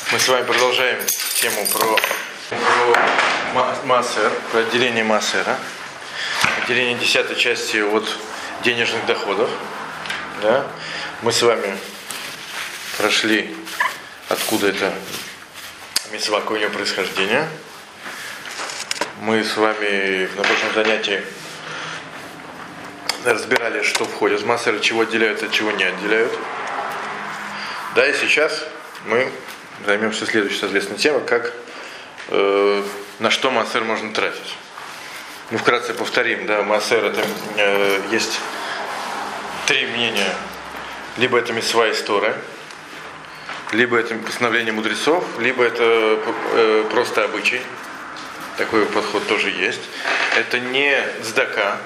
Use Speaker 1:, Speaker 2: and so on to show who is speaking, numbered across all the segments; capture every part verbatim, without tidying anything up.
Speaker 1: Мы с вами продолжаем тему про, про маасер, про отделение маасера. Отделение десятой части от денежных доходов. Да? Мы с вами прошли, откуда это мицва, какое у него происхождение. Мы с вами на прошлом занятии разбирали, что входит в маасер, чего отделяют, от чего не отделяют. Да, и сейчас мы займемся следующей, соответственно, темой, как, э, на что маасер можно тратить. Ну, вкратце повторим, да, маасер это э, есть три мнения. Либо это мицва из Торы, либо это постановление мудрецов, либо это э, просто обычай. Такой подход тоже есть. Это не цдака.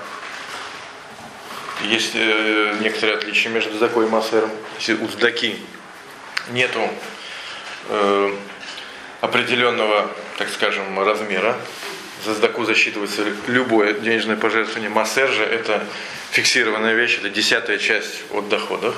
Speaker 1: Есть э, некоторые отличия между цдакой и маасером. Если у цдаки нету э, определенного, так скажем, размера, за цдаку засчитывается любое денежное пожертвование. Маасер же это фиксированная вещь, это десятая часть от доходов.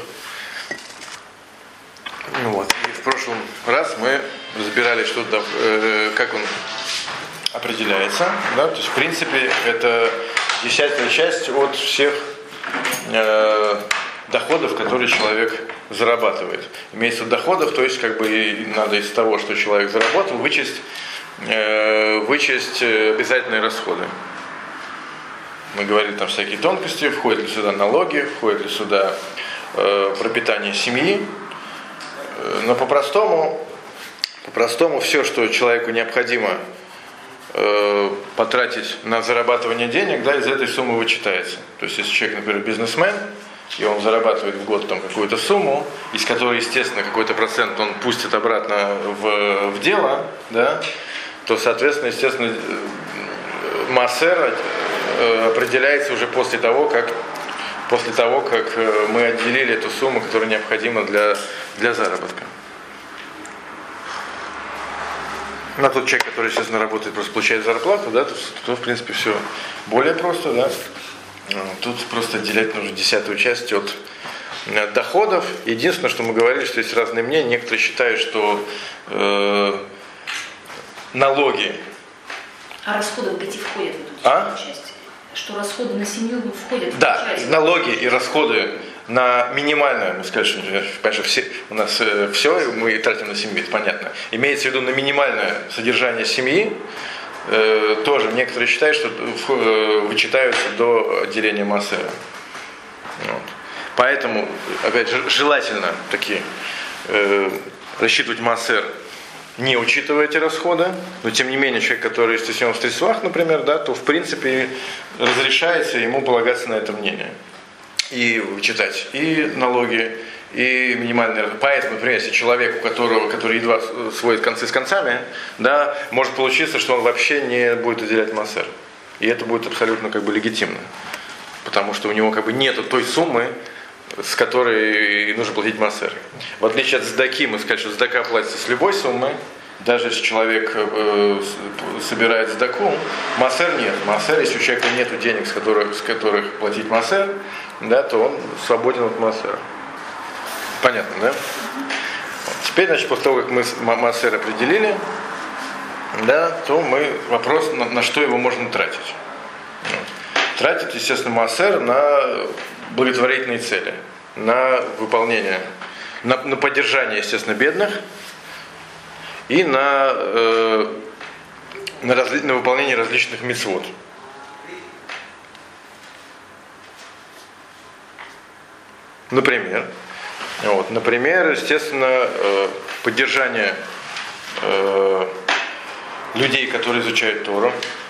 Speaker 1: Ну вот. И в прошлом раз мы разбирали, что, э, как он определяется. Да? То есть, в принципе, это десятая часть от всех э, доходов, которые человек зарабатывает. Имеется в виду доходов, то есть как бы надо из того, что человек заработал, вычесть, э, вычесть обязательные расходы. Мы говорили там всякие тонкости, входят ли сюда налоги, входит ли сюда э, пропитание семьи. Но по-простому, по-простому все, что человеку необходимо э, потратить на зарабатывание денег, да, из этой суммы вычитается. То есть, если человек, например, бизнесмен, и он зарабатывает в год там какую-то сумму, из которой, естественно, какой-то процент он пустит обратно в, в дело, да, то, соответственно, естественно, маасер определяется уже после того, как после того, как мы отделили эту сумму, которая необходима для, для заработка. На тот человек, который, естественно, работает, просто получает зарплату, да, то, то в принципе все более просто, да. Тут просто отделять нужно десятую часть от доходов. Единственное, что мы говорили, что есть разные мнения. Некоторые считают, что э, налоги.
Speaker 2: А расходы вот эти входят в эту
Speaker 1: а?
Speaker 2: часть? Что расходы на семью входят в
Speaker 1: да,
Speaker 2: эту часть?
Speaker 1: Да, налоги и расходы на минимальное, мы скажем, конечно, все, у нас э, все мы тратим на семью, это понятно. Имеется в виду на минимальное содержание семьи. Э, тоже некоторые считают, что э, вычитаются до отделения маасера. Вот. Поэтому, опять же, желательно такие э, рассчитывать маасер, не учитывая эти расходы, но тем не менее человек, который стеснен в средствах, например, да, то в принципе разрешается ему полагаться на это мнение и вычитать и налоги, и минимальные. Поэтому, например, если человек, у которого, который едва сводит концы с концами, да, может получиться, что он вообще не будет отделять маасер. И это будет абсолютно как бы легитимно. Потому что у него как бы нету той суммы, с которой нужно платить маасер. В отличие от цдаки, мы сказали, что цдака платится с любой суммы. Даже если человек э, собирает цдаку, маасер нет. Маасер, если у человека нет денег, с которых, с которых платить маасер, да, то он свободен от маасера. Понятно, да? Вот. Теперь, значит, после того, как мы маасер определили, да, то мы вопрос, на, на что его можно тратить. Вот. Тратить, естественно, маасер на благотворительные цели, на выполнение, на, на поддержание, естественно, бедных и на, э, на, разли, на выполнение различных мицвот. Например, вот, например, естественно, э, поддержание э, людей, которые изучают Тору,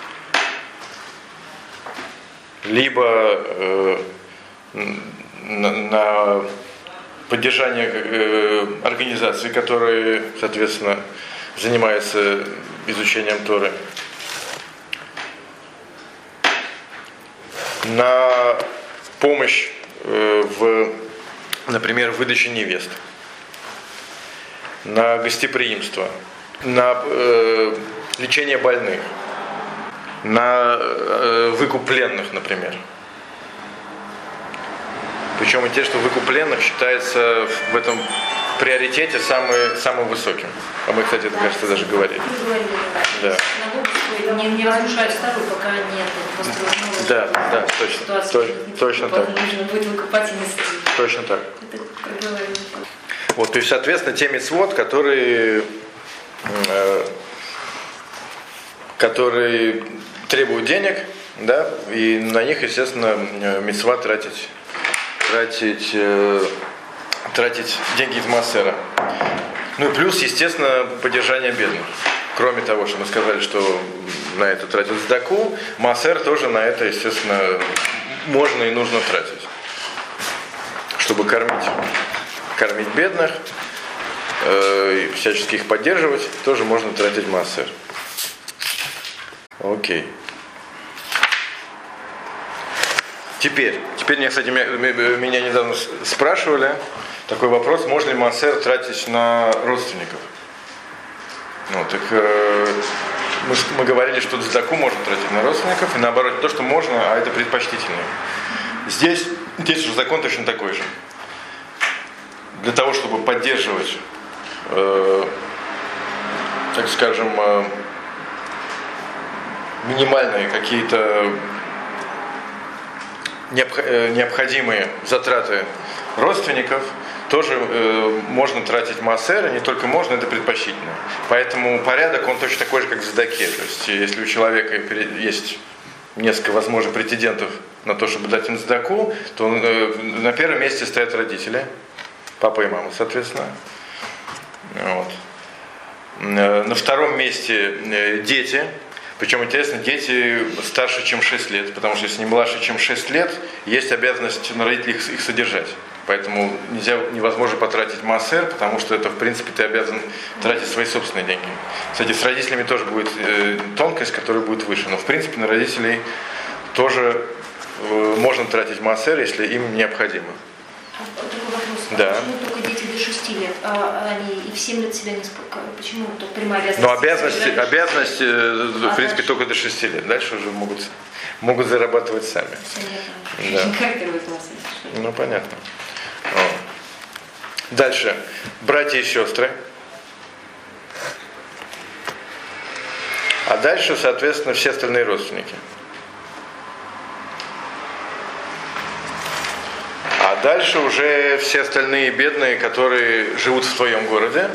Speaker 1: либо э, на, на поддержание э, организаций, которые, соответственно, занимаются изучением Торы, на помощь э, в, например, в выдаче невест, на гостеприимство, на э, лечение больных, на э, выкуп пленных, например. Причем интересно, что выкуп пленных считается в этом в приоритете самый, самым высоким. А мы, кстати, это, кажется, даже говорили.
Speaker 2: Да. Не, не разрушают старую, пока нет построенного.
Speaker 1: Да, да, точно. Точно, точно так.
Speaker 2: Нужно будет выкупать и нести.
Speaker 1: Точно так.
Speaker 2: Это проговорили.
Speaker 1: Вот, то есть, соответственно, те мицвот, которые, э, которые требуют денег, да, и на них, естественно, мицва тратить, тратить, э, тратить деньги из маасера. Ну и плюс, естественно, поддержание бедных. Кроме того, что мы сказали, что на это тратят цдаку, маасер тоже на это, естественно, можно и нужно тратить, чтобы кормить, кормить бедных, э, и всячески их поддерживать, тоже можно тратить маасер. Окей. Теперь, теперь меня, кстати, меня недавно спрашивали такой вопрос: можно ли маасер тратить на родственников? Ну, так э, мы, мы говорили, что цдаку можно тратить на родственников, и наоборот, то, что можно, а это предпочтительно. Здесь, здесь уже закон точно такой же. Для того, чтобы поддерживать, э, так скажем, э, минимальные какие-то необходимые затраты родственников, тоже э, можно тратить маасер, и не только можно, это предпочтительно. Поэтому порядок, он точно такой же, как в цдаке. То есть, если у человека есть несколько возможных претендентов на то, чтобы дать им цдаку, то э, на первом месте стоят родители, папа и мама, соответственно. Вот. На втором месте дети. Причем, интересно, дети старше, чем шесть лет, потому что если не младше, чем шесть лет, есть обязанность на родителей их, их содержать. Поэтому нельзя, невозможно потратить маасер, потому что это, в принципе, ты обязан тратить свои собственные деньги. Кстати, с родителями тоже будет э, тонкость, которая будет выше. Но, в принципе, на родителей тоже э, можно тратить маасер, если им необходимо.
Speaker 2: Другой вопрос.
Speaker 1: Да.
Speaker 2: А почему только дети до шести лет? А они и в семь лет себя не спокойно? Почему только прямая обязанность?
Speaker 1: Но обязанность, обязанность э, в
Speaker 2: а
Speaker 1: принципе,
Speaker 2: дальше?
Speaker 1: только до шести лет. Дальше уже могут, могут зарабатывать сами. Да. Ну, понятно. О. Дальше. Братья и сестры. А дальше, соответственно, все остальные родственники. А дальше уже все остальные бедные, которые живут в твоем городе.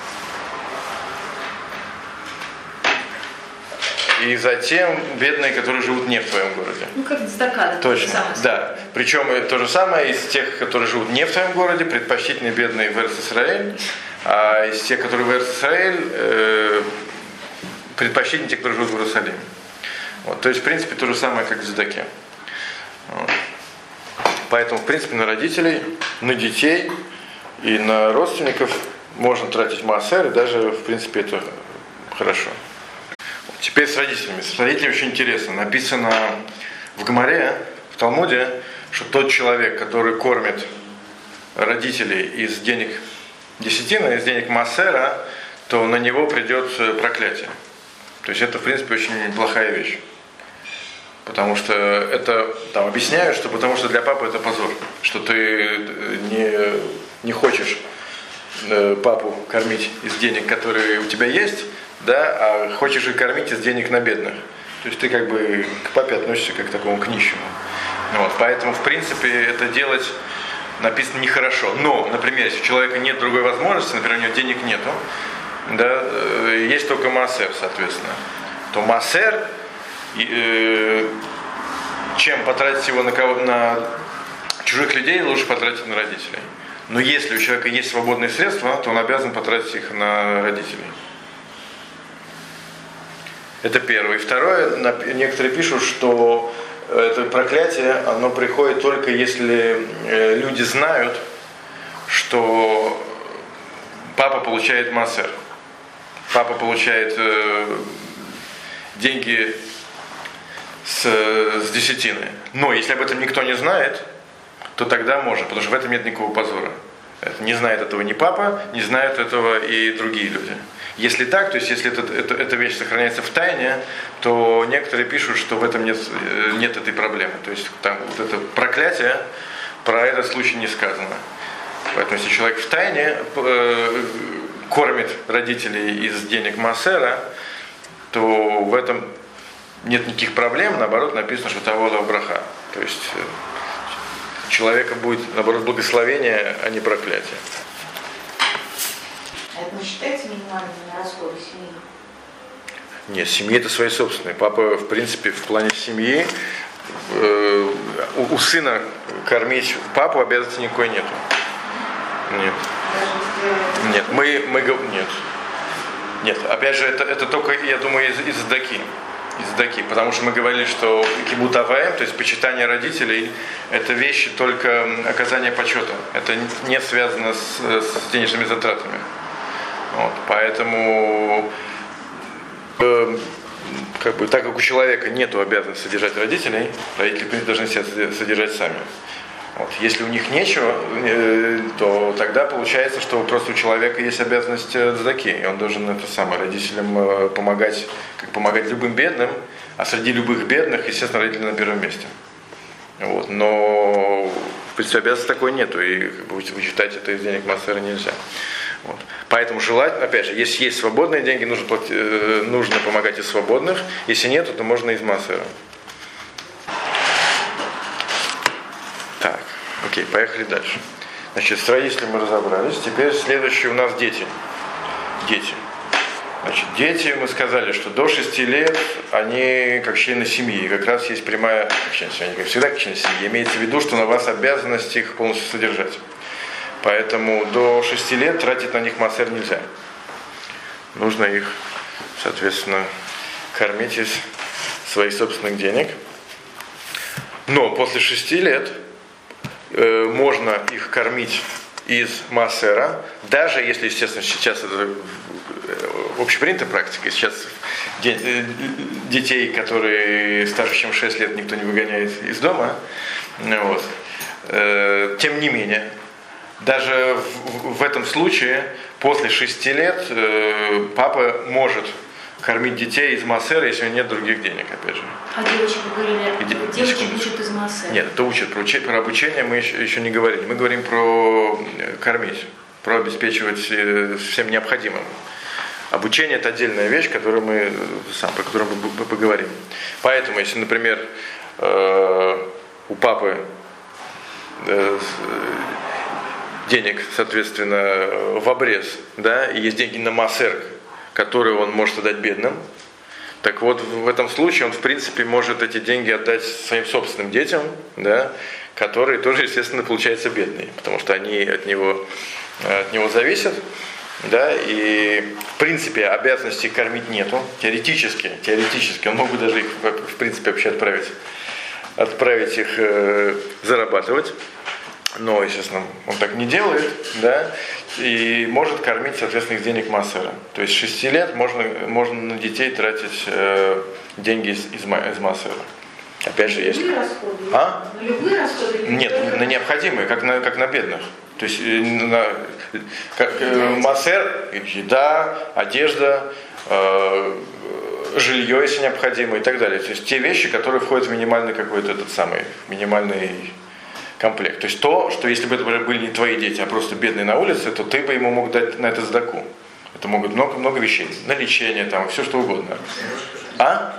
Speaker 1: И затем бедные, которые живут не в твоем городе.
Speaker 2: Ну, как цдака, да?
Speaker 1: Точно, да. Причем то же самое из тех, которые живут не в твоем городе, предпочтительные бедные в Эрец-Исраэль, а из тех, которые в Эрец-Исраэль, э, предпочтительные те, которые живут в Иерусалиме. Вот. То есть, в принципе, то же самое, как в цдаке. Вот. Поэтому, в принципе, на родителей, на детей и на родственников можно тратить маасер, и даже, в принципе, это хорошо. Теперь с родителями. С родителями очень интересно. Написано в Гемаре, в Талмуде, что тот человек, который кормит родителей из денег десятины, из денег маасера, то на него придет проклятие. То есть это, в принципе, очень плохая вещь. Потому что это, там, объясняют, что потому что для папы это позор. Что ты не, не хочешь папу кормить из денег, которые у тебя есть, да, а хочешь и кормить из денег на бедных. То есть ты как бы к папе относишься как к такому к нищему. Вот, поэтому, в принципе, это делать написано нехорошо. Но, например, если у человека нет другой возможности, например, у него денег нету, да, есть только маасер, соответственно, то маасер, э, чем потратить его на, кого, на чужих людей, лучше потратить на родителей. Но если у человека есть свободные средства, то он обязан потратить их на родителей. Это первое. И второе, некоторые пишут, что это проклятие, оно приходит только если люди знают, что папа получает маасер. Папа получает э, деньги с, с десятины. Но если об этом никто не знает, то тогда можно, потому что в этом нет никакого позора. Это, не знает этого ни папа, не знают этого и другие люди. Если так, то есть если это, это, эта вещь сохраняется в тайне, то некоторые пишут, что в этом нет, нет этой проблемы. То есть там вот это проклятие, про этот случай не сказано. Поэтому если человек в тайне э, кормит родителей из денег маасера, то в этом нет никаких проблем, наоборот, написано, что того браха. То есть у человека будет, наоборот, благословение, а не проклятие.
Speaker 3: А это не считается минимальными расходы семьи?
Speaker 1: Нет, семьи это свои собственные. Папа, в принципе, в плане семьи, э, у, у сына кормить папу обязанности никакой нету. Нет. Нет, мы, мы нет. Нет, опять же, это, это только, я думаю, из, из даки. Из даки. Потому что мы говорили, что кибут аваем, то есть почитание родителей, это вещи только оказание почета. Это не связано с, с денежными затратами. Вот, поэтому э, как бы, так как у человека нет обязанности содержать родителей, родители, в принципе, должны себя содержать сами. Вот. Если у них нечего, э, то тогда получается, что просто у человека есть обязанность цдаки, и он должен это самое, родителям э, помогать, как помогать любым бедным, а среди любых бедных, естественно, родители на первом месте. Вот. Но в принципе обязанности такой нету, и как бы, вычитать это из денег маасера нельзя. Вот. Поэтому желательно, опять же, если есть свободные деньги, нужно, платить, э, нужно помогать из свободных, если нет, то можно из маасера. Так, окей, поехали дальше. Значит, с родителями мы разобрались. Теперь следующие у нас дети. Дети. Значит, дети, мы сказали, что до шести лет они как члены семьи. И как раз есть прямая, как члены семьи, как всегда как члены семьи. Имеется в виду, что на вас обязанность их полностью содержать. Поэтому до шести лет тратить на них маасер нельзя. Нужно их, соответственно, кормить из своих собственных денег. Но после шести лет э, можно их кормить из маасера, даже если, естественно, сейчас это общепринятая практика, сейчас де- детей, которые старше, чем шесть лет, никто не выгоняет из дома. Вот. Э, тем не менее, даже в, в этом случае после шести лет э, папа может кормить детей из маасера, если у него нет других денег, опять же.
Speaker 2: А девочек, вы говорили,
Speaker 1: Де-
Speaker 2: девочек учат из маасера.
Speaker 1: Нет, это учат. Про, учи, про обучение мы еще, еще не говорили. Мы говорим про кормить, про обеспечивать всем необходимым. Обучение – это отдельная вещь, которую мы, сам, про которую мы поговорим. Поэтому, если, например, у папы денег, соответственно, в обрез, да, и есть деньги на маасер, которые он может отдать бедным, так вот в этом случае он в принципе может эти деньги отдать своим собственным детям, да, которые тоже, естественно, получаются бедные, потому что они от него, от него зависят, да, и в принципе обязанности кормить нету, теоретически, теоретически он мог бы даже их в принципе вообще отправить, отправить их э, зарабатывать. Но, естественно, он так не делает, да, и может кормить, соответственно, из денег маасера. То есть с шести лет можно, можно на детей тратить э, деньги из, из, из маасера. Опять же, есть.
Speaker 3: Любые расходы?
Speaker 1: А?
Speaker 3: На любые расходы?
Speaker 1: Нет, на необходимые, как на, как на бедных. То есть на, как, э, маасер, еда, одежда, э, жилье, если необходимо, и так далее. То есть те вещи, которые входят в минимальный какой-то этот самый, минимальный комплект. То есть то, что если бы это были не твои дети, а просто бедные на улице, то ты бы ему мог дать на это сдаку. Это могут много-много вещей. На лечение, там, все что угодно. А?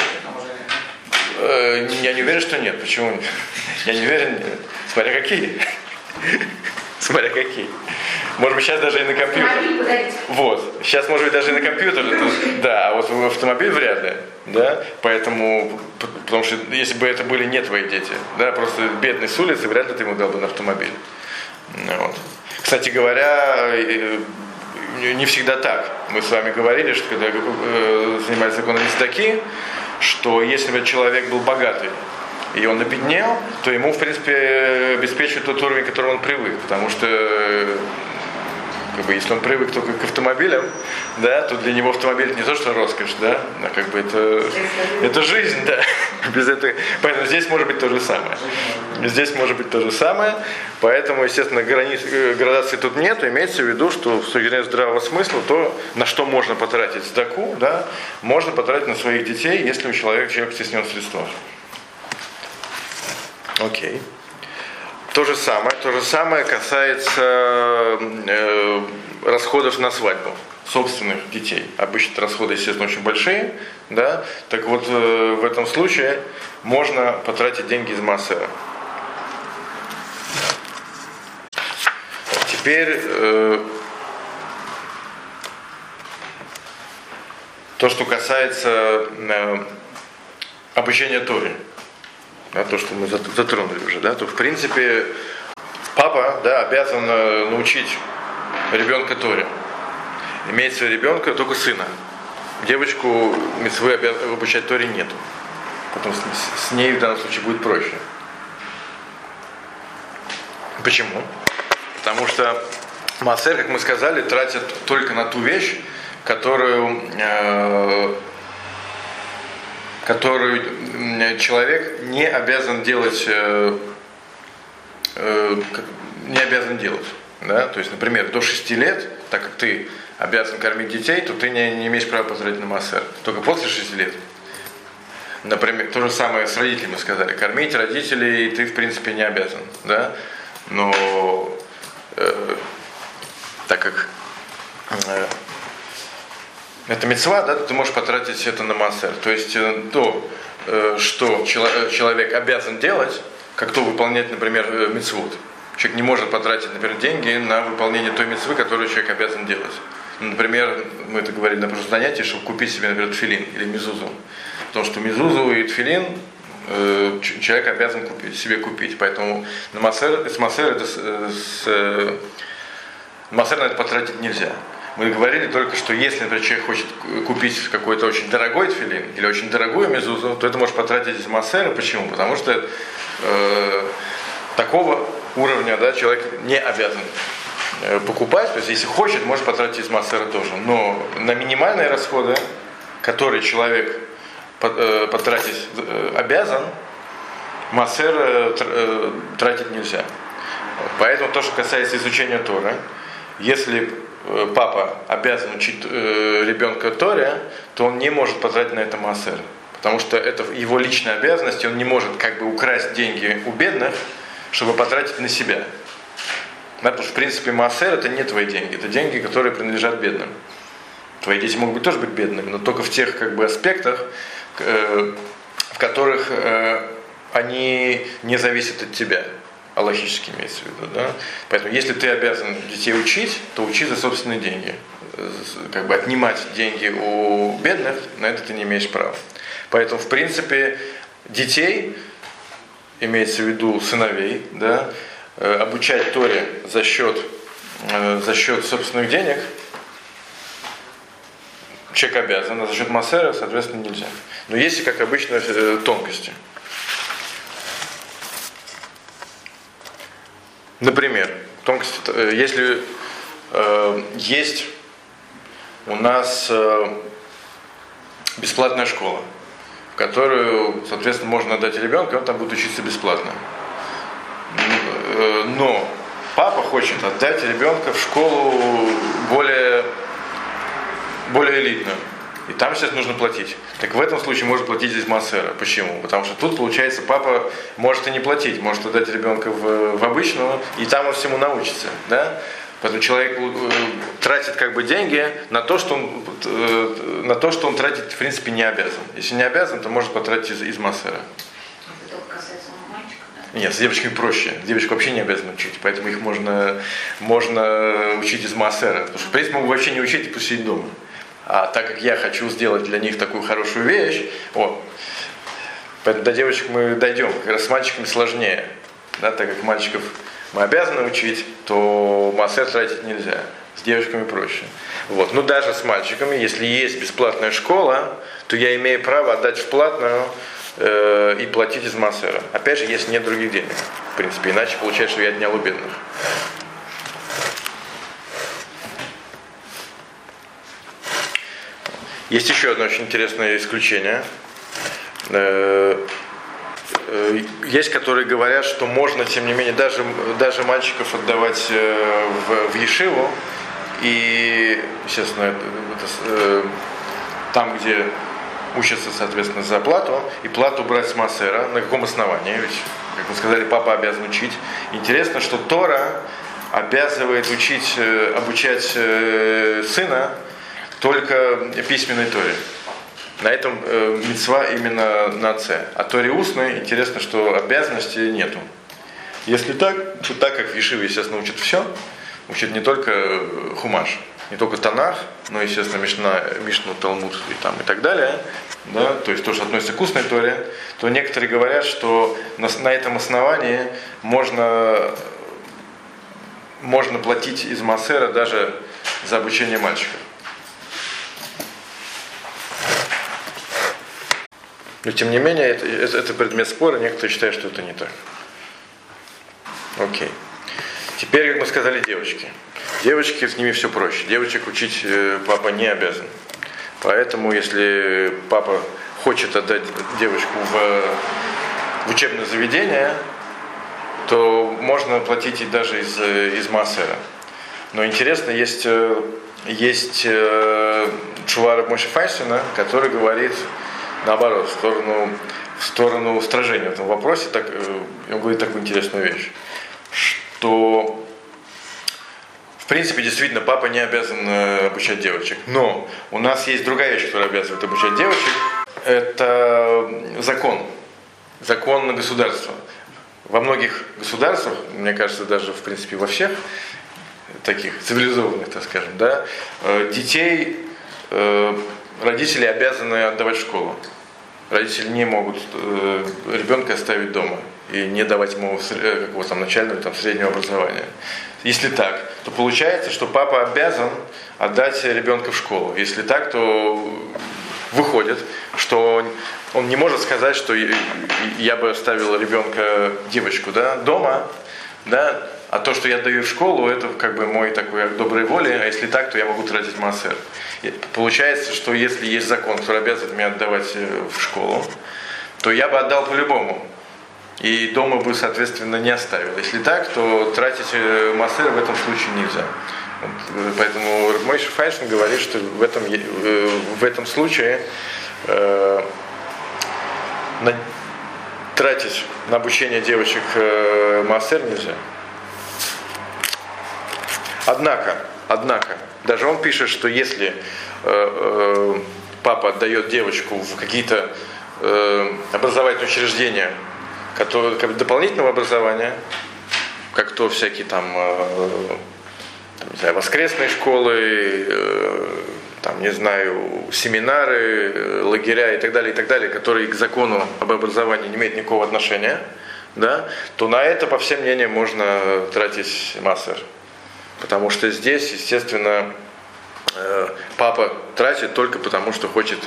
Speaker 1: Э, я не уверен, что нет. Почему? Я не уверен, нет. Смотря какие. Смотря какие. Может быть, сейчас даже и на компьютер. Вот. Сейчас, может быть, даже и на компьютер. Да, а вот в автомобиль вряд ли. Да? Поэтому, потому что если бы это были не твои дети, да, просто бедный с улицы, вряд ли ты ему дал бы на автомобиль. Вот. Кстати говоря, не всегда так. Мы с вами говорили, что когда занимались законами цдаки, что если бы человек был богатый, и он обеднел, то ему, в принципе, обеспечивают тот уровень, к которому он привык. Потому что, как бы, если он привык только к автомобилям, да, то для него автомобиль не то, что роскошь, да, а как бы это, это жизнь, да. Без этого. Поэтому здесь может быть то же самое. Здесь может быть то же самое. Поэтому, естественно, границ, градации тут нет. Имеется в виду, что с точки зрения здравого смысла, то, на что можно потратить цдаку, да, можно потратить на своих детей, если у человека, человек стеснен в средствах. Окей. То же самое, то же самое касается э, расходов на свадьбу собственных детей. Обычно расходы, естественно, очень большие, да. Так вот, э, в этом случае можно потратить деньги из маасера. Теперь э, то, что касается э, обучения Торе. Да, то, что мы затронули уже, да, то в принципе папа, да, обязан научить ребенка Торе. Имеется в виду ребенка, только сына. Девочку мицвы обучать Торе нету. Потом с, с ней в данном случае будет проще. Почему? Потому что маасер, как мы сказали, тратят только на ту вещь, которую э, которую человек не обязан делать, э, э, не обязан делать. Да? То есть, например, до шести лет, так как ты обязан кормить детей, то ты не, не имеешь права потратить на маасер. Только после шести лет. Например, то же самое с родителями сказали. Кормить родителей ты, в принципе, не обязан. Да? Но э, так как э, это мицва, да, ты можешь потратить это на маасер. То есть то, что человек обязан делать, как то выполнять, например, мицвот. Человек не может потратить, например, деньги на выполнение той мицвы, которую человек обязан делать. Например, мы это говорили на прошлом занятии, чтобы купить себе, например, тфилин или мезузу. Потому что мезузу и тфилин э, человек обязан купить, себе купить. Поэтому на маасер, с маасер, это, с, маасер на это потратить нельзя. Мы говорили только, что если, например, человек хочет купить какой-то очень дорогой тфилин или очень дорогую мезузу, то это может потратить из маасера. Почему? Потому что э, такого уровня, да, человек не обязан э, покупать. То есть, если хочет, может потратить из маасера тоже. Но на минимальные расходы, которые человек э, потратить э, обязан, маасер э, тратить нельзя. Поэтому то, что касается изучения Торы, если папа обязан учить э, ребенка Торе, то он не может потратить на это маасер. Потому что это его личная обязанность, и он не может как бы украсть деньги у бедных, чтобы потратить на себя. Да, потому что, в принципе, маасер это не твои деньги, это деньги, которые принадлежат бедным. Твои дети могут быть тоже быть бедными, но только в тех как бы аспектах, э, в которых э, они не зависят от тебя. Аллахически имеется в виду, да? Поэтому, если ты обязан детей учить, то учи за собственные деньги. Как бы отнимать деньги у бедных, на это ты не имеешь права. Поэтому, в принципе, детей, имеется в виду сыновей, да, обучать Торе за счет, за счет собственных денег человек обязан, а за счет маасера, соответственно, нельзя. Но есть, как обычно, тонкости. Например, тонкости, если э, есть у нас э, бесплатная школа, в которую, соответственно, можно отдать ребенка, и он там будет учиться бесплатно. Э, но папа хочет отдать ребенка в школу более, более элитную. И там сейчас нужно платить. Так в этом случае можно платить из маасера. Почему? Потому что тут, получается, папа может и не платить, может отдать ребенка в, в обычную, и там он всему научится. Да? Поэтому человек тратит как бы деньги на то, что он, на то, что он тратить, в принципе, не обязан. Если не обязан, то может потратить из, из маасера.
Speaker 2: Это только касается мальчиков, да?
Speaker 1: Нет, с девочками проще. Девочку вообще не обязаны учить, поэтому их можно, можно учить из маасера. Потому что, в принципе, могут вообще не учить и пусть сидеть дома. А так как я хочу сделать для них такую хорошую вещь, о, поэтому до девочек мы дойдем. Как раз с мальчиками сложнее. Да, так как мальчиков мы обязаны учить, то маасер тратить нельзя. С девочками проще. Вот. Но даже с мальчиками, если есть бесплатная школа, то я имею право отдать в платную э, и платить из маасера. Опять же, если нет других денег. В принципе, иначе получается, что я отнял у бедных. Есть еще одно очень интересное исключение. Есть, которые говорят, что можно, тем не менее, даже, даже мальчиков отдавать в, в ешиву. И, естественно, это, это, там, где учатся, соответственно, за плату, и плату брать с маасера. На каком основании? Ведь, как мы сказали, папа обязан учить. Интересно, что Тора обязывает учить, обучать сына только письменной Торе. На этом э, мицва именно на отце. А Торе устной, интересно, что обязанности нету. Если так, то так как в Ешиве, естественно, учат все, учат не только хумаш, не только Танах, но, естественно, Мишна, Мишну, Талмуд и, там, и так далее, да, то есть то, что относится к устной Торе, то некоторые говорят, что на, на этом основании можно, можно платить из маасера даже за обучение мальчиков. Но тем не менее, это, это предмет спора, некоторые считают, что это не так. Окей. Теперь, как мы сказали, девочки. Девочки, с ними все проще. Девочек учить папа не обязан. Поэтому, если папа хочет отдать девочку в, в учебное заведение, то можно платить и даже из, из маасера. Но интересно, есть, есть Тшува Рав Моше Файнштейна, который говорит наоборот, в сторону, в сторону устражения в этом вопросе. Так, он говорит такую интересную вещь, что в принципе действительно папа не обязан обучать девочек. Но у нас есть другая вещь, которая обязывает обучать девочек. Это закон. Закон государства. Во многих государствах, мне кажется, даже в принципе во всех таких цивилизованных, так скажем, да, детей родители обязаны отдавать в школу. Родители не могут э, ребенка оставить дома и не давать ему какого там начального, там, среднего образования. Если так, то получается, что папа обязан отдать ребенка в школу. Если так, то выходит, что он не может сказать, что я бы оставил ребенка, девочку, да, дома, да, а то, что я даю в школу, это как бы мой такой акт доброй воли, а если так, то я могу тратить маасер. Получается, что если есть закон, который обязывает меня отдавать в школу, то я бы отдал по-любому. И дома бы, соответственно, не оставил. Если так, то тратить маасер в этом случае нельзя. Вот, поэтому Рав Моше Файнштейн говорит, что в этом, в этом случае э, на, тратить на обучение девочек э, маасер нельзя. Однако, однако, даже он пишет, что если э, э, папа отдает девочку в какие-то э, образовательные учреждения, которые как бы дополнительного образования, как то всякие там, э, там не знаю, воскресные школы, э, там, не знаю, семинары, лагеря и так далее, и так далее, которые к закону об образовании не имеют никакого отношения, да, то на это, по всем мнениям, можно тратить маасер. Потому что здесь, естественно, папа тратит только потому, что хочет,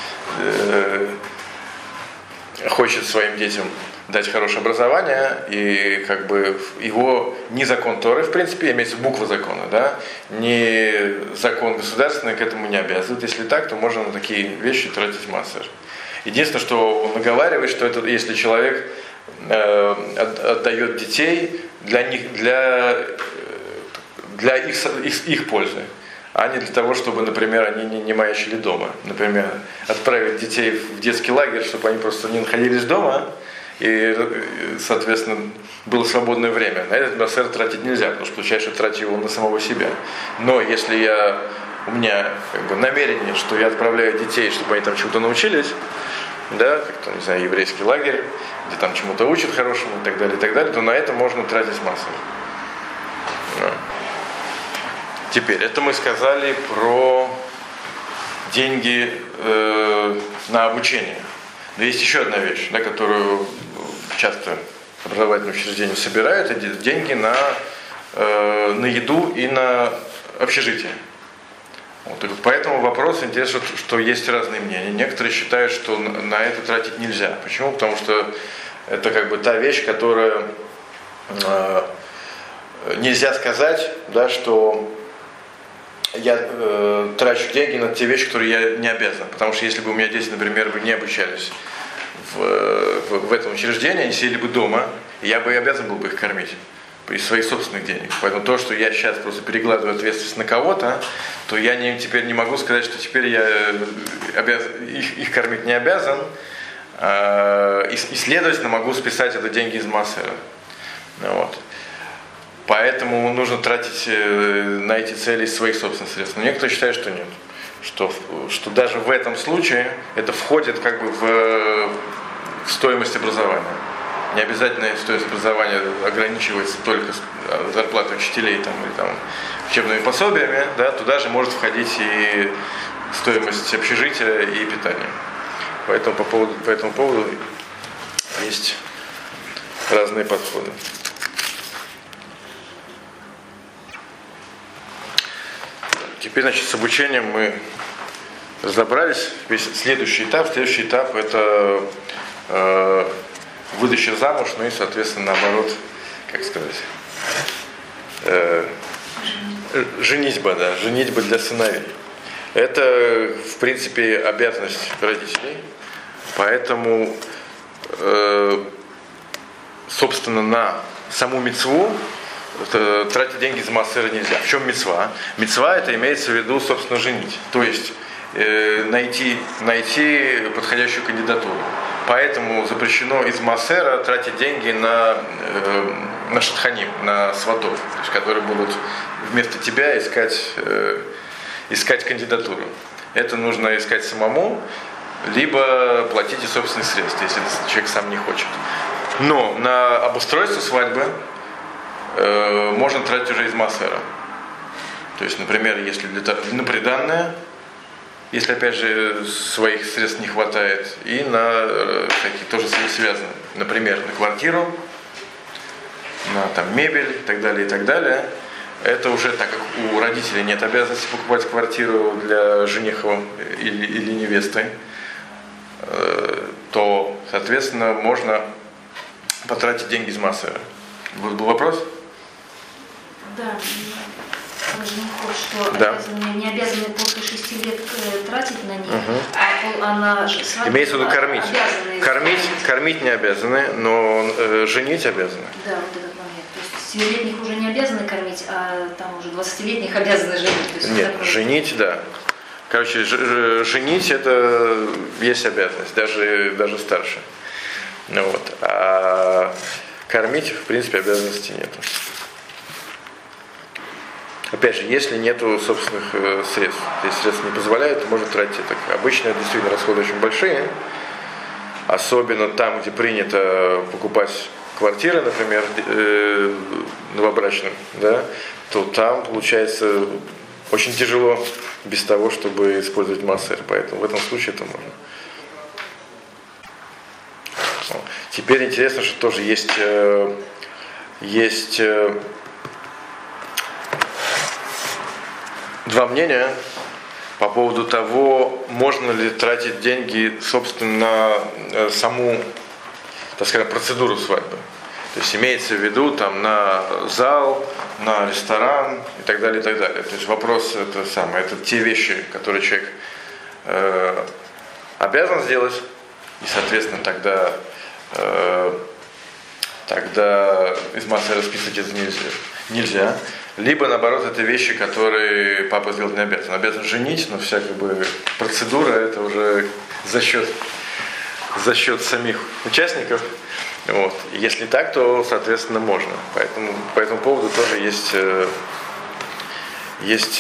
Speaker 1: хочет своим детям дать хорошее образование, и как бы его ни закон Торы, в принципе, имеется буква закона, да, ни закон государственный к этому не обязывает. Если так, то можно на такие вещи тратить маасер. Единственное, что он наговаривает, что это если человек отдает детей для них, для для их, их, их пользы, а не для того, чтобы, например, они не, не маячили дома. Например, отправить детей в детский лагерь, чтобы они просто не находились дома, и, соответственно, было свободное время. На этот маасер тратить нельзя, потому что получается, что тратить его на самого себя. Но если я, у меня как бы, намерение, что я отправляю детей, чтобы они там чему-то научились, да, как там, не знаю, еврейский лагерь, где там чему-то учат хорошему и так далее, и так далее, то на это можно тратить маасер. Да. Теперь, это мы сказали про деньги э, на обучение. Но есть еще одна вещь, да, которую часто образовательные учреждения собирают, это деньги на, э, на еду и на общежитие. Вот, и по этому вопросу интересно, что есть разные мнения. Некоторые считают, что на это тратить нельзя. Почему? Потому что это как бы та вещь, которая э, нельзя сказать, да, что я э, трачу деньги на те вещи, которые я не обязан. Потому что если бы у меня дети, например, бы не обучались в, в, в этом учреждении, они сидели бы дома, я бы и обязан был бы их кормить. из своих собственных денег. Поэтому то, что я сейчас просто перекладываю ответственность на кого-то, то я не, теперь не могу сказать, что теперь я обязан, их, их кормить не обязан, э, и, и, следовательно, могу списать это деньги из Маасера. Вот. Поэтому нужно тратить на эти цели из своих собственных средств. Но некоторые считают, что нет. Что, что даже в этом случае это входит как бы в, в стоимость образования. Не обязательно стоимость образования ограничивается только зарплатой учителей там, или там, учебными пособиями, да, туда же может входить и стоимость общежития и питания. Поэтому по, поводу, по этому поводу есть разные подходы. Теперь, значит, с обучением мы разобрались. Весь следующий этап, следующий этап это э, выдача замуж, ну и, соответственно, наоборот, как сказать, э, женитьба, да, женитьба для сыновей. Это, в принципе, обязанность родителей, поэтому, э, собственно, на саму мицву тратить деньги из Маасера нельзя. В чем мицва? Мицва это имеется в виду, собственно, женить. То есть э, найти, найти подходящую кандидатуру. Поэтому запрещено из Маасера тратить деньги на, э, на шатханим, на сватов, то есть, которые будут вместо тебя искать, э, искать кандидатуру. Это нужно искать самому, либо платить из собственных средств, если человек сам не хочет. Но на обустройство свадьбы можно тратить уже из Маасера. То есть, например, если для, на приданное, если опять же своих средств не хватает, и на такие тоже связаны, например, на квартиру, на там, мебель и так далее, и так далее. Это уже, так как у родителей нет обязанности покупать квартиру для жениха или, или невесты, то, соответственно, можно потратить деньги из Маасера. Вот был вопрос?
Speaker 2: Да, что
Speaker 1: да.
Speaker 2: обязаны, не обязаны после шести лет тратить на них, угу. а, а на свадьбу
Speaker 1: имеется в виду кормить. Кормить, кормить не обязаны, но э, женить обязаны.
Speaker 2: Да, вот этот момент. То есть семилетних уже не обязаны кормить, а там уже двадцатилетних обязаны женить. То есть
Speaker 1: нет, женить, да. Короче, ж, женить это есть обязанность, даже, даже старше. Ну, вот. А кормить, в принципе, обязанности нет. Опять же, если нету собственных э, средств, если средств не позволяют, то можно тратить так. Обычно действительно расходы очень большие, особенно там, где принято покупать квартиры, например, э, новобрачным, да, то там получается очень тяжело без того, чтобы использовать Маасер, поэтому в этом случае это можно. Теперь интересно, что тоже есть, э, есть э, два мнения по поводу того, можно ли тратить деньги, собственно, на саму, так скажем, процедуру свадьбы. То есть имеется в виду там, на зал, на ресторан и так далее, и так далее. То есть вопрос это самое, это те вещи, которые человек э, обязан сделать, и, соответственно, тогда, э, тогда из Маасера списывать это нельзя. нельзя. Либо, наоборот, это вещи, которые папа сделать не обязан. Обязан женить, но вся как бы процедура это уже за счет, за счет самих участников. Вот. Если так, то, соответственно, можно. Поэтому по этому поводу тоже есть, есть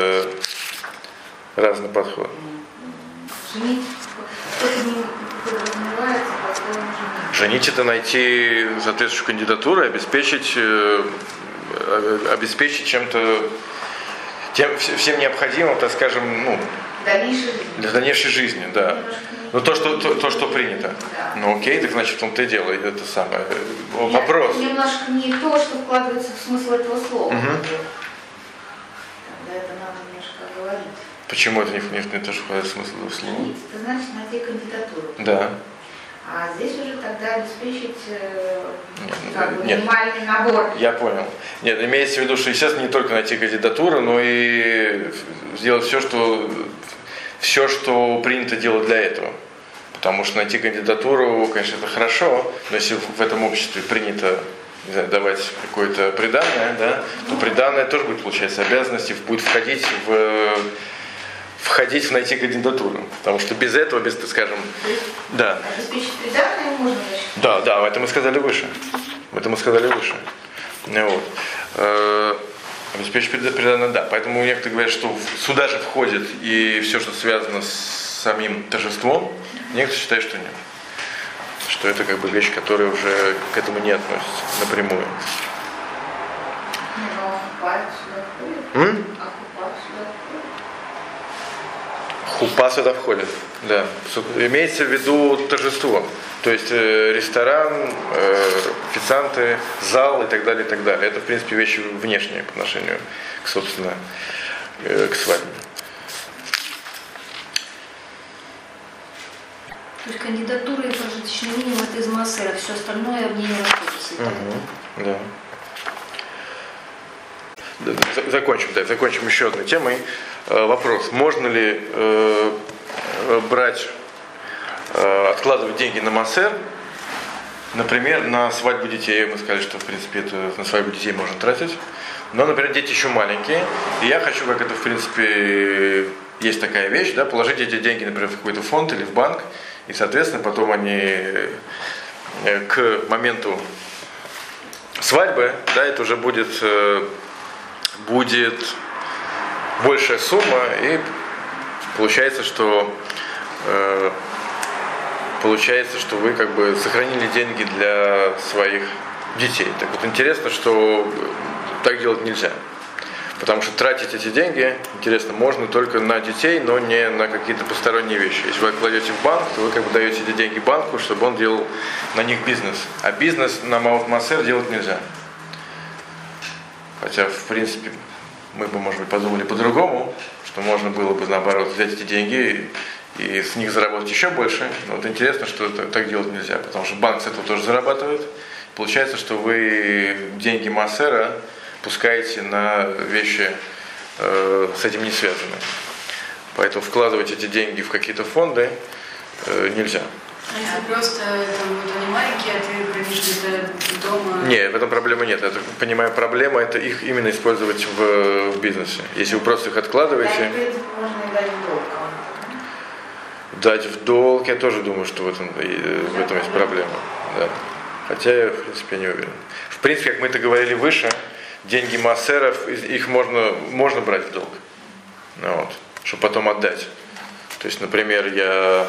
Speaker 1: разный подход.
Speaker 3: Женить, это не подразумевается, потом женить.
Speaker 1: Женить это найти соответствующую кандидатуру и обеспечить, обеспечить чем-то, тем, всем необходимым, так скажем, ну,
Speaker 3: Дальнейшей
Speaker 1: для дальнейшей жизни, да. Ну то, что, то, то, что принято.
Speaker 3: Да.
Speaker 1: Ну окей, так значит, в том-то и дело, это самое.
Speaker 3: Нет,
Speaker 1: Вопрос.
Speaker 3: Немножко не то, что вкладывается в смысл этого слова.
Speaker 1: Угу.
Speaker 3: Тогда это надо немножко говорить.
Speaker 1: Почему это не, не, не то, что вкладывается в смысл этого слова?
Speaker 3: Женить, это значит найти кандидатуру.
Speaker 1: Да.
Speaker 3: А здесь уже тогда обеспечить э,
Speaker 1: Нет,
Speaker 3: как бы,
Speaker 1: нет.
Speaker 3: минимальный набор.
Speaker 1: Я понял. Нет, имеется в виду, что, естественно, не только найти кандидатуру, но и сделать все, что, все, что принято делать для этого. Потому что найти кандидатуру, конечно, это хорошо, но если в этом обществе принято не знаю, давать какое-то приданое, да, то приданое тоже будет, получается, обязанности, будет входить в входить в найти кандидатуру. Потому что без этого, без, скажем, да.
Speaker 3: Обеспечить приданое можно значит?
Speaker 1: Да, да, это мы сказали выше. Это мы сказали выше. Вот. Обеспечить приданое, да. Поэтому некоторые говорят, что сюда же входит и все, что связано с самим торжеством. Некоторые считают, что нет. Что это как бы вещь, которая уже к этому не относится напрямую.
Speaker 3: Ну, оккупать сюда входит?
Speaker 1: М?
Speaker 3: Оккупать сюда входит?
Speaker 1: Хупа сюда входит, да. Имеется в виду торжество. То есть э, ресторан, э, официанты, зал и так далее, и так далее. Это, в принципе, вещи внешние по отношению к, собственно, э, к свадьбе.
Speaker 2: То есть кандидатура и прожиточный минимум это из массера, все остальное в ней не расходится.
Speaker 1: Угу, да. Закончим, да, закончим еще одной темой. Э, вопрос: можно ли э, брать, э, откладывать деньги на массер, например, на свадьбу детей? Мы сказали, что в принципе это на свадьбу детей можно тратить. Но, например, дети еще маленькие, и я хочу, как это в принципе есть такая вещь, да, положить эти деньги, например, в какой-то фонд или в банк, и, соответственно, потом они к моменту свадьбы, да, это уже будет будет большая сумма, и получается, что э, получается, что вы как бы сохранили деньги для своих детей. Так вот, интересно, что так делать нельзя. Потому что тратить эти деньги, интересно, можно только на детей, но не на какие-то посторонние вещи. Если вы кладете в банк, то вы как бы даете эти деньги банку, чтобы он делал на них бизнес. А бизнес на Маут Массер делать нельзя. Хотя, в принципе, мы бы, может быть, подумали по-другому, что можно было бы, наоборот, взять эти деньги и, и с них заработать еще больше. Но вот интересно, что это, так делать нельзя, потому что банк с этого тоже зарабатывает. Получается, что вы деньги массера пускаете на вещи э, с этим не связанные. Поэтому вкладывать эти деньги в какие-то фонды э, нельзя.
Speaker 4: А если просто там вот они маленькие, а ты хранишь где-то дома?
Speaker 1: Нет, в этом проблемы нет. Я так понимаю, проблема это их именно использовать в, в бизнесе. Если вы просто их откладываете.
Speaker 3: Да, в принципе, можно и дать в долг кому-то.
Speaker 1: Дать в долг, я тоже думаю, что в этом, в этом есть проблема. Да. Хотя я, в принципе, не уверен. В принципе, как мы это говорили выше, деньги массеров, их можно, можно брать в долг. Ну, вот, чтобы потом отдать. То есть, например, я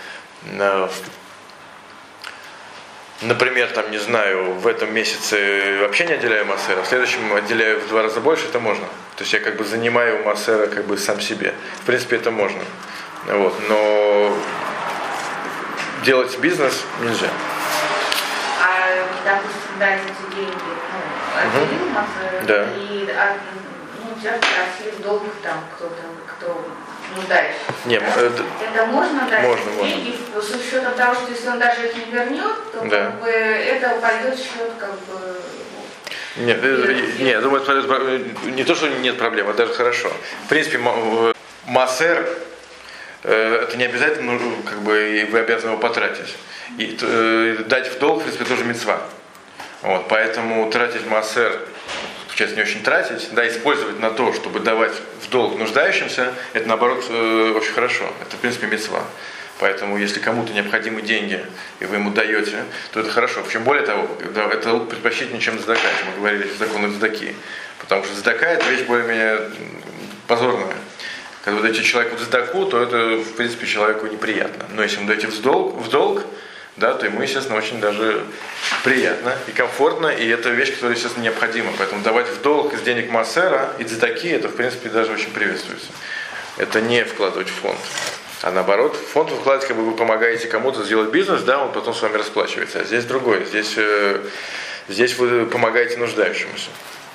Speaker 1: например, там, не знаю, в этом месяце вообще не отделяю массера, в следующем отделяю в два раза больше, это можно. То есть я как бы занимаю массера как бы сам себе. В принципе, это можно. Вот, но делать бизнес нельзя.
Speaker 3: А, допустим, дать эти деньги, ну, отделил массера,
Speaker 1: да.
Speaker 3: И от, ну, тебя спросили в долг там кто-то, кто нуждаешься.
Speaker 1: Нет,
Speaker 3: да?
Speaker 1: это,
Speaker 3: это можно дать
Speaker 1: можно,
Speaker 3: деньги можно. С учетом того, что если он даже их не вернет, то
Speaker 1: да.
Speaker 3: как бы это упадет в счет как бы.
Speaker 1: Нет, нет, нет, думаю, не то, что нет проблем, это даже хорошо. В принципе, массер это не обязательно, как бы вы обязаны его потратить. И э, дать в долг, в принципе, тоже мицва. Вот, поэтому тратить массер, сейчас не очень тратить, да, использовать на то, чтобы давать в долг нуждающимся, это наоборот э, очень хорошо. Это, в принципе, мицва. Поэтому, если кому-то необходимы деньги, и вы ему даете, то это хорошо. Причем более того, это предпочтительнее, чем цдака. Мы говорили о законах цдаки. Потому что цдака это вещь более-менее позорная. Когда вы даете человеку цдаку, то это, в принципе, человеку неприятно. Но если вы даете в долг, в долг, да, то ему, естественно, очень даже приятно и комфортно, и это вещь, которая, естественно, необходима. Поэтому давать в долг из денег массера и цдаки, это, в принципе, даже очень приветствуется. Это не вкладывать в фонд. А наоборот, в фонд вы вкладываете, как бы вы помогаете кому-то сделать бизнес, да, он потом с вами расплачивается. А здесь другое. Здесь, э, здесь вы помогаете нуждающемуся.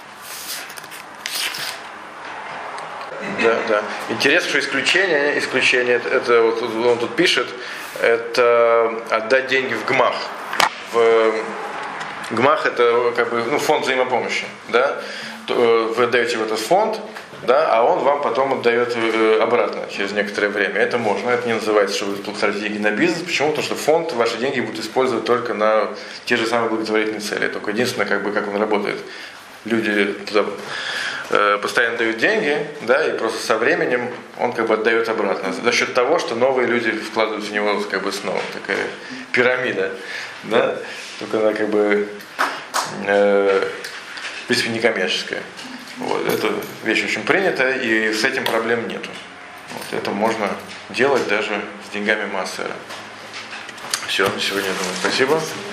Speaker 1: Да, да. Интересно, что исключение, исключение, это, это вот он тут пишет, это отдать деньги в ГМАХ. В ГМАХ это как бы, ну, фонд взаимопомощи, да. Вы отдаете в этот фонд, да, а он вам потом отдает обратно через некоторое время. Это можно, это не называется, что вы тратите деньги на бизнес. Почему? Потому что фонд ваши деньги будет использовать только на те же самые благотворительные цели. Только единственное, как бы, как он работает. Люди туда э, постоянно дают деньги, да, и просто со временем он как бы отдает обратно. За счет того, что новые люди вкладывают в него как бы снова. Такая пирамида, да, только она как бы э, в принципе некоммерческая. Вот, эта вещь очень принята, и с этим проблем нету. Вот, это можно делать даже с деньгами Маасера. Все, на сегодня я думаю, спасибо.